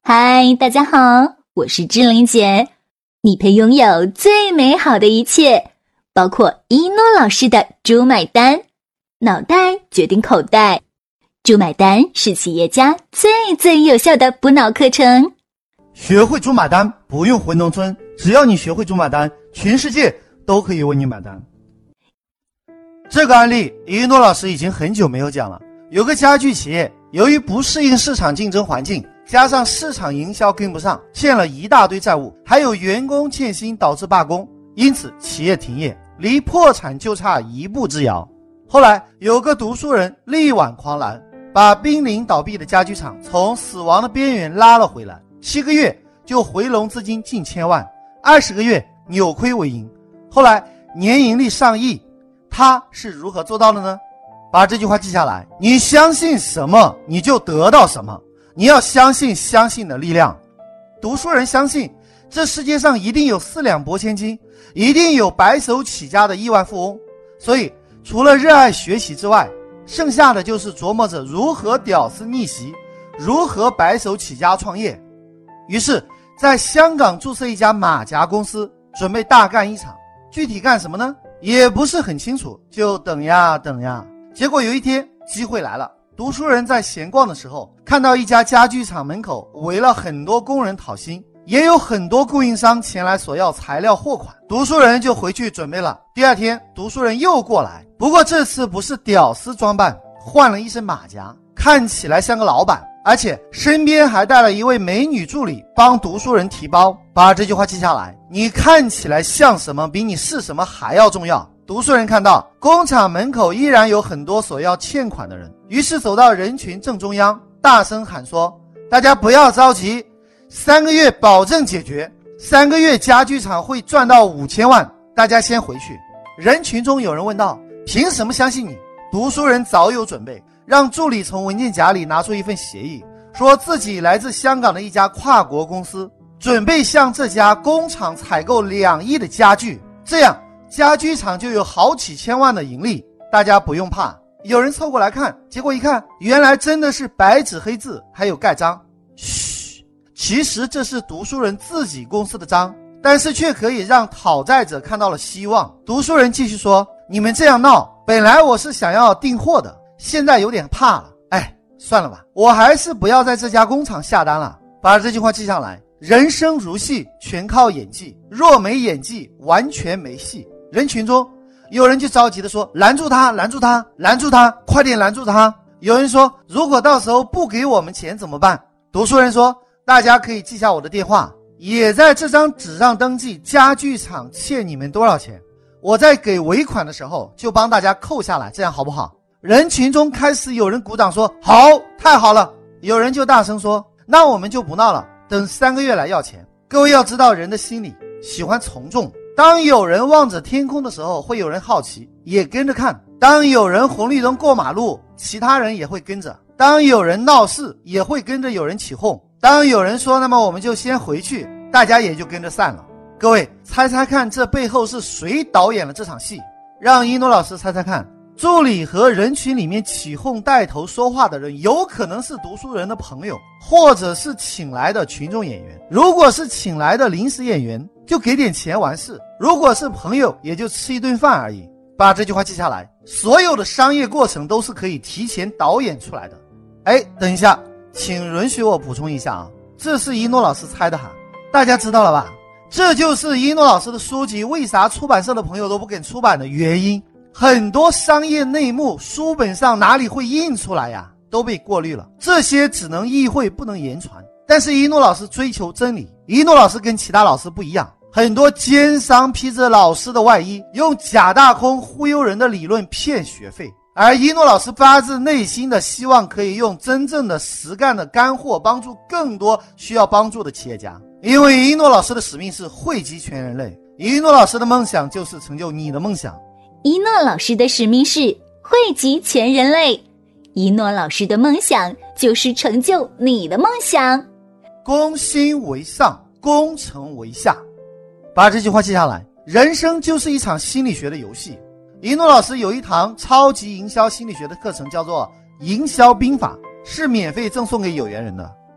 嗨，大家好，我是志玲姐。你配拥有最美好的一切，包括一诺老师的猪买单，脑袋决定口袋。猪买单是企业家最有效的补脑课程。 学会猪买单，不用回农村，只要你学会猪买单，全世界都可以为你买单。这个案例一诺老师已经很久没有讲了。有个家具企业，由于不适应市场竞争环境，加上市场营销跟不上，欠了一大堆债务，还有员工欠薪导致罢工，因此企业停业，离破产就差一步之遥。后来有个读书人力挽狂澜，把濒临倒闭的家具厂从死亡的边缘拉了回来，7个月就回笼资金近1000万，20个月扭亏为盈，后来年盈利上亿。他是如何做到的呢？把这句话记下来，你相信什么你就得到什么，你要相信的力量。读书人相信这世界上一定有4两拨千斤，一定有白手起家的亿万富翁，所以除了热爱学习之外，剩下的就是琢磨着如何屌丝逆袭，如何白手起家创业。于是在香港注册一家马甲公司，准备大干一场。具体干什么呢？也不是很清楚，就等呀。结果有一天机会来了，读书人在闲逛的时候，看到一家家具厂门口围了很多工人讨薪，也有很多供应商前来索要材料货款，读书人就回去准备了。第二天读书人又过来，不过这次不是屌丝装扮，换了一身马甲，看起来像个老板，而且身边还带了一位美女助理帮读书人提包。把这句话记下来，你看起来像什么比你是什么还要重要。读书人看到工厂门口依然有很多索要欠款的人，于是走到人群正中央，大声喊说，大家不要着急，3个月保证解决，3个月家具厂会赚到5000万，大家先回去。人群中有人问道，凭什么相信你？读书人早有准备，让助理从文件夹里拿出一份协议，说自己来自香港的一家跨国公司，准备向这家工厂采购2亿的家具，这样家居厂就有好几千万的盈利，大家不用怕。有人凑过来看，结果一看，原来真的是白纸黑字，还有盖章。嘘，其实这是读书人自己公司的章，但是却可以让讨债者看到了希望。读书人继续说，你们这样闹，本来我是想要订货的，现在有点怕了，算了吧，我还是不要在这家工厂下单了。把这句话记下来，人生如戏，全靠演技，若没演技，完全没戏。人群中有人就着急地说，拦住他，快点拦住他。有人说，如果到时候不给我们钱怎么办？读书人说，大家可以记下我的电话，也在这张纸上登记家具厂欠你们多少钱，我在给尾款的时候就帮大家扣下来，这样好不好？人群中开始有人鼓掌说，好，太好了。有人就大声说，那我们就不闹了，等3个月来要钱。各位要知道，人的心理喜欢从众，当有人望着天空的时候，会有人好奇也跟着看，当有人红绿灯过马路，其他人也会跟着，当有人闹事，也会跟着有人起哄，当有人说那么我们就先回去，大家也就跟着散了。各位猜猜看，这背后是谁导演了这场戏？让一诺老师猜猜看。助理和人群里面起哄带头说话的人，有可能是读书人的朋友，或者是请来的群众演员。如果是请来的临时演员，就给点钱完事，如果是朋友，也就吃一顿饭而已。把这句话记下来，所有的商业过程都是可以提前导演出来的。等一下，请允许我补充一下啊，这是一诺老师猜的哈，大家知道了吧？这就是一诺老师的书籍为啥出版社的朋友都不肯出版的原因。很多商业内幕书本上哪里会印出来呀，都被过滤了，这些只能意会不能言传。但是一诺老师追求真理，一诺老师跟其他老师不一样，很多奸商披着老师的外衣，用假大空忽悠人的理论骗学费，而一诺老师发自内心的希望可以用真正的实干的干货帮助更多需要帮助的企业家。因为一诺老师的使命是惠及全人类，一诺老师的梦想就是成就你的梦想。 一诺老师的使命是惠及全人类，一诺老师的梦想就是成就你的梦想。 攻心为上，攻城为下。把这句话记下来，人生就是一场心理学的游戏。一诺老师有一堂超级营销心理学的课程，叫做营销兵法，是免费赠送给有缘人的。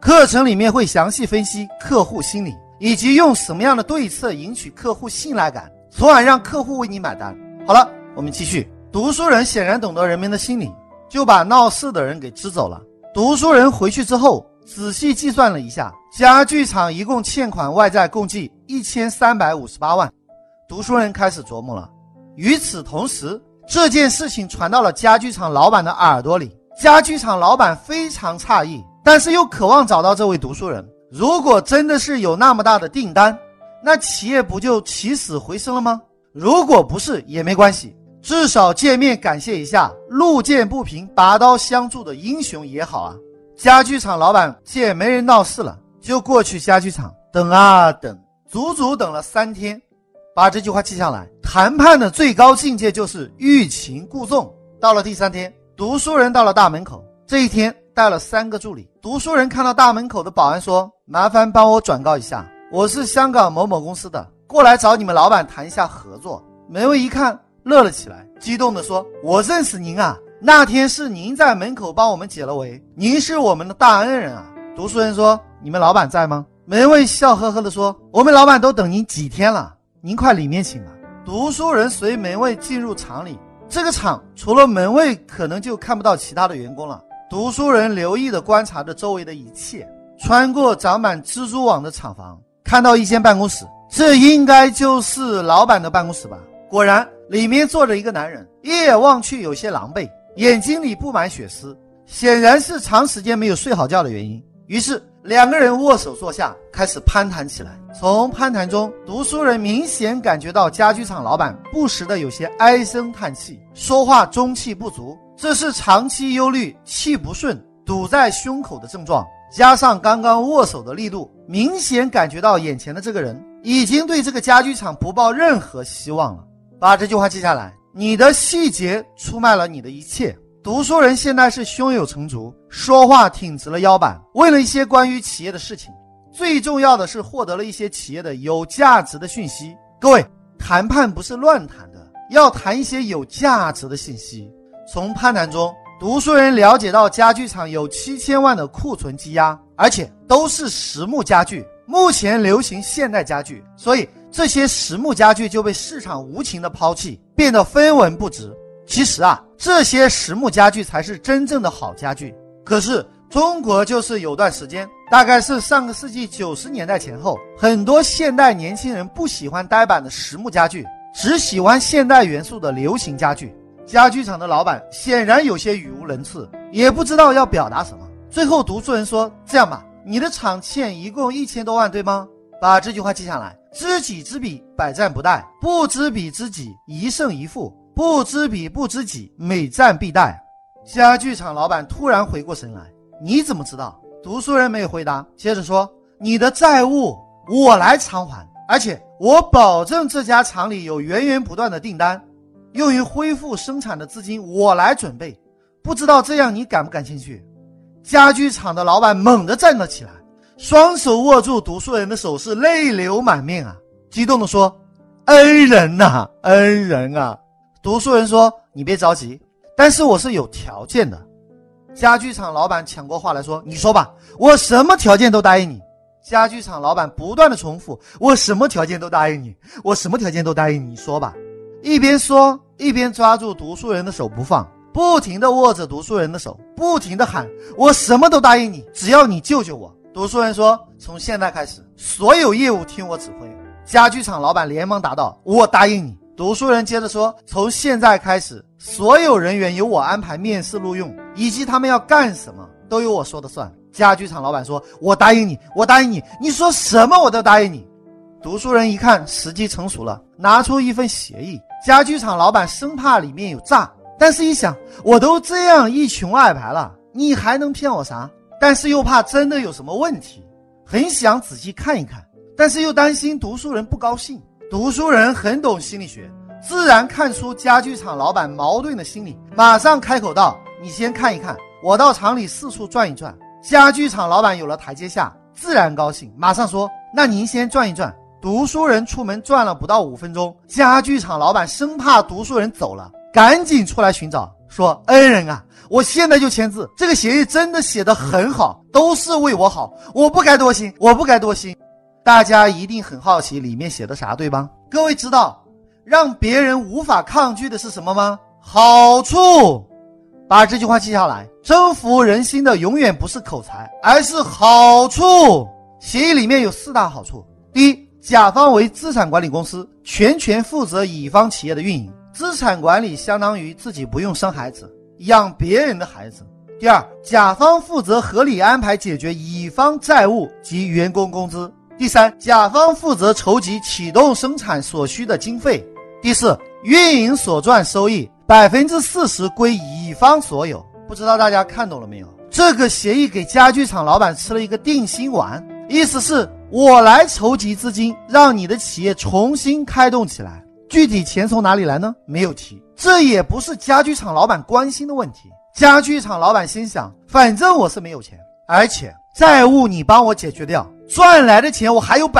课程里面会详细分析客户心理，以及用什么样的对策引起客户信赖感，从而让客户为你买单。好了，我们继续。读书人显然懂得人们的心理，就把闹事的人给支走了。读书人回去之后仔细计算了一下，家具厂一共欠款外债共计1358万。读书人开始琢磨了。与此同时，这件事情传到了家具厂老板的耳朵里，家具厂老板非常诧异，但是又渴望找到这位读书人。如果真的是有那么大的订单，那企业不就起死回生了吗？如果不是也没关系，至少见面感谢一下路见不平拔刀相助的英雄也好啊。家具厂老板见没人闹事了，就过去家具厂等啊等，足足等了3天。把这句话记下来，谈判的最高境界就是欲擒故纵。到了第3天，读书人到了大门口，这一天带了3个助理。读书人看到大门口的保安说，麻烦帮我转告一下，我是香港某某公司的，过来找你们老板谈一下合作。门卫一看乐了起来，激动地说，我认识您啊，那天是您在门口帮我们解了围，您是我们的大恩人啊。读书人说，你们老板在吗？门卫笑呵呵地说，我们老板都等您几天了，您快里面请吧。读书人随门卫进入厂里，这个厂除了门卫可能就看不到其他的员工了。读书人留意地观察着周围的一切，穿过长满蜘蛛网的厂房，看到一间办公室，这应该就是老板的办公室吧。果然里面坐着一个男人，一眼望去有些狼狈，眼睛里布满血丝，显然是长时间没有睡好觉的原因。于是2个人握手坐下，开始攀谈起来。从攀谈中，读书人明显感觉到家具厂老板不时的有些唉声叹气，说话中气不足，这是长期忧虑、气不顺堵在胸口的症状。加上刚刚握手的力度，明显感觉到眼前的这个人已经对这个家具厂不抱任何希望了。把这句话记下来，你的细节出卖了你的一切。读书人现在是胸有成竹，说话挺直了腰板，问了一些关于企业的事情，最重要的是获得了一些企业的有价值的讯息。各位，谈判不是乱谈的，要谈一些有价值的信息。从攀谈中，读书人了解到家具厂有7000万的库存积压，而且都是实木家具。目前流行现代家具，所以这些实木家具就被市场无情的抛弃，变得分文不值。其实啊，这些实木家具才是真正的好家具。可是中国就是有段时间，大概是上个世纪90年代前后，很多现代年轻人不喜欢呆板的实木家具，只喜欢现代元素的流行家具。家具厂的老板显然有些语无伦次，也不知道要表达什么。最后读书人说，这样吧，你的厂欠一共1000多万对吗？把这句话记下来，知己知彼，百战不殆，不知彼知己，一胜一负，不知彼不知己，每战必殆。家具厂老板突然回过神来，你怎么知道？读书人没有回答，接着说，你的债务我来偿还，而且我保证这家厂里有源源不断的订单，用于恢复生产的资金我来准备，不知道这样你感不感兴趣？家具厂的老板猛地站了起来，双手握住读书人的手，是泪流满面啊，激动地说，恩人啊，恩人啊。读书人说，你别着急，但是我是有条件的。家具厂老板抢过话来说，你说吧，我什么条件都答应你。家具厂老板不断地重复，我什么条件都答应你，我什么条件都答应你，说吧。一边说一边抓住读书人的手不放，不停地握着读书人的手，不停地喊，我什么都答应你，只要你救救我。读书人说，从现在开始所有业务听我指挥。家具厂老板连忙答道，我答应你。读书人接着说，从现在开始所有人员由我安排面试录用，以及他们要干什么都由我说的算。家具厂老板说，我答应你，我答应你，你说什么我都答应你。读书人一看时机成熟了，拿出一份协议。家具厂老板生怕里面有诈，但是一想，我都这样一穷二白了，你还能骗我啥？但是又怕真的有什么问题，很想仔细看一看，但是又担心读书人不高兴。读书人很懂心理学，自然看出家具厂老板矛盾的心理，马上开口道，你先看一看，我到厂里四处转一转。家具厂老板有了台阶下，自然高兴，马上说，那您先转一转。读书人出门转了不到5分钟，家具厂老板生怕读书人走了，赶紧出来寻找， 说恩人啊，我现在就签字，这个协议真的写得很好，都是为我好，我不该多心，我不该多心。大家一定很好奇里面写的啥，对吧？各位知道让别人无法抗拒的是什么吗？好处。把这句话记下来，征服人心的永远不是口才，而是好处。协议里面有4大好处。第一，甲方为资产管理公司，全权负责乙方企业的运营，资产管理相当于自己不用生孩子，养别人的孩子。第二，甲方负责合理安排解决乙方债务及员工工资。第三，甲方负责筹集启动生产所需的经费。第四，运营所赚收益40%归乙方所有。不知道大家看懂了没有？这个协议给家具厂老板吃了一个定心丸，意思是我来筹集资金，让你的企业重新开动起来。具体钱从哪里来呢？没有提。这也不是家具厂老板关心的问题。家具厂老板心想，反正我是没有钱，而且债务你帮我解决掉，赚来的钱我还有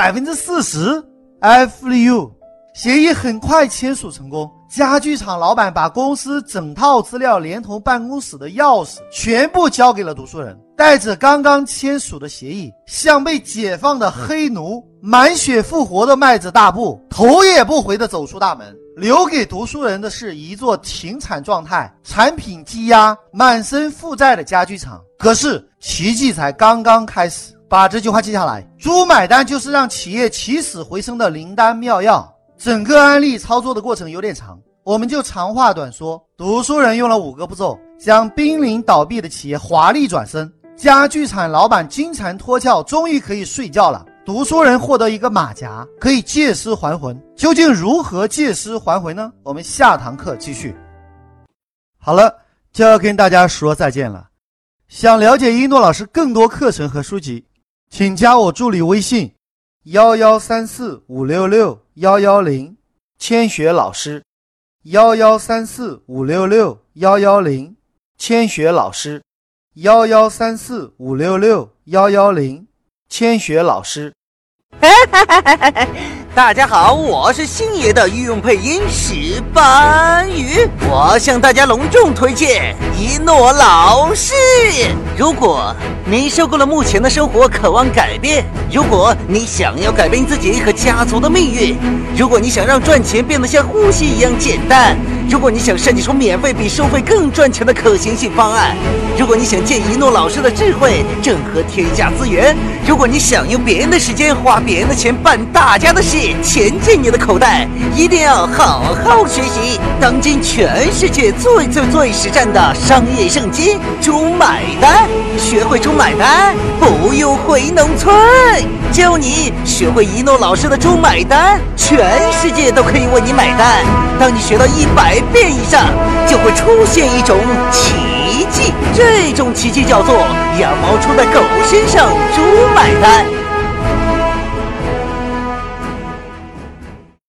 40%。F you。协议很快签署成功，家具厂老板把公司整套资料连同办公室的钥匙全部交给了读书人，带着刚刚签署的协议，像被解放的黑奴，满血复活的迈着大步，头也不回地走出大门。留给读书人的是一座停产状态、产品积压、满身负债的家具厂。可是奇迹才刚刚开始。把这句话记下来，猪买单就是让企业起死回生的灵丹妙药。整个案例操作的过程有点长，我们就长话短说。读书人用了5个步骤，将濒临倒闭的企业华丽转身，家具厂老板金蝉脱壳，终于可以睡觉了。读书人获得一个马甲，可以借尸还魂。究竟如何借尸还魂呢？我们下堂课继续。好了，就要跟大家说再见了。想了解一诺老师更多课程和书籍，请加我助理微信11345661110，千雪老师11345661110，千雪老师11345661110，千雪老师。 大家好，我是星爷的御用配音石斑鱼，我向大家隆重推荐一诺老师。如果你受够了目前的生活，渴望改变；如果你想要改变自己和家族的命运；如果你想让赚钱变得像呼吸一样简单；如果你想设计出免费比收费更赚钱的可行性方案；如果你想借一诺老师的智慧整合天下资源；如果你想用别人的时间花别人的钱办大家的事，钱进你的口袋，一定要好好学习当今全世界最实战的商业圣经猪买单，学会猪买单不用回农村，教你学会一诺老师的猪买单，全世界都可以为你买单。当你学到100遍以上，就会出现一种奇迹，这种奇迹叫做羊毛出在狗身上猪买单。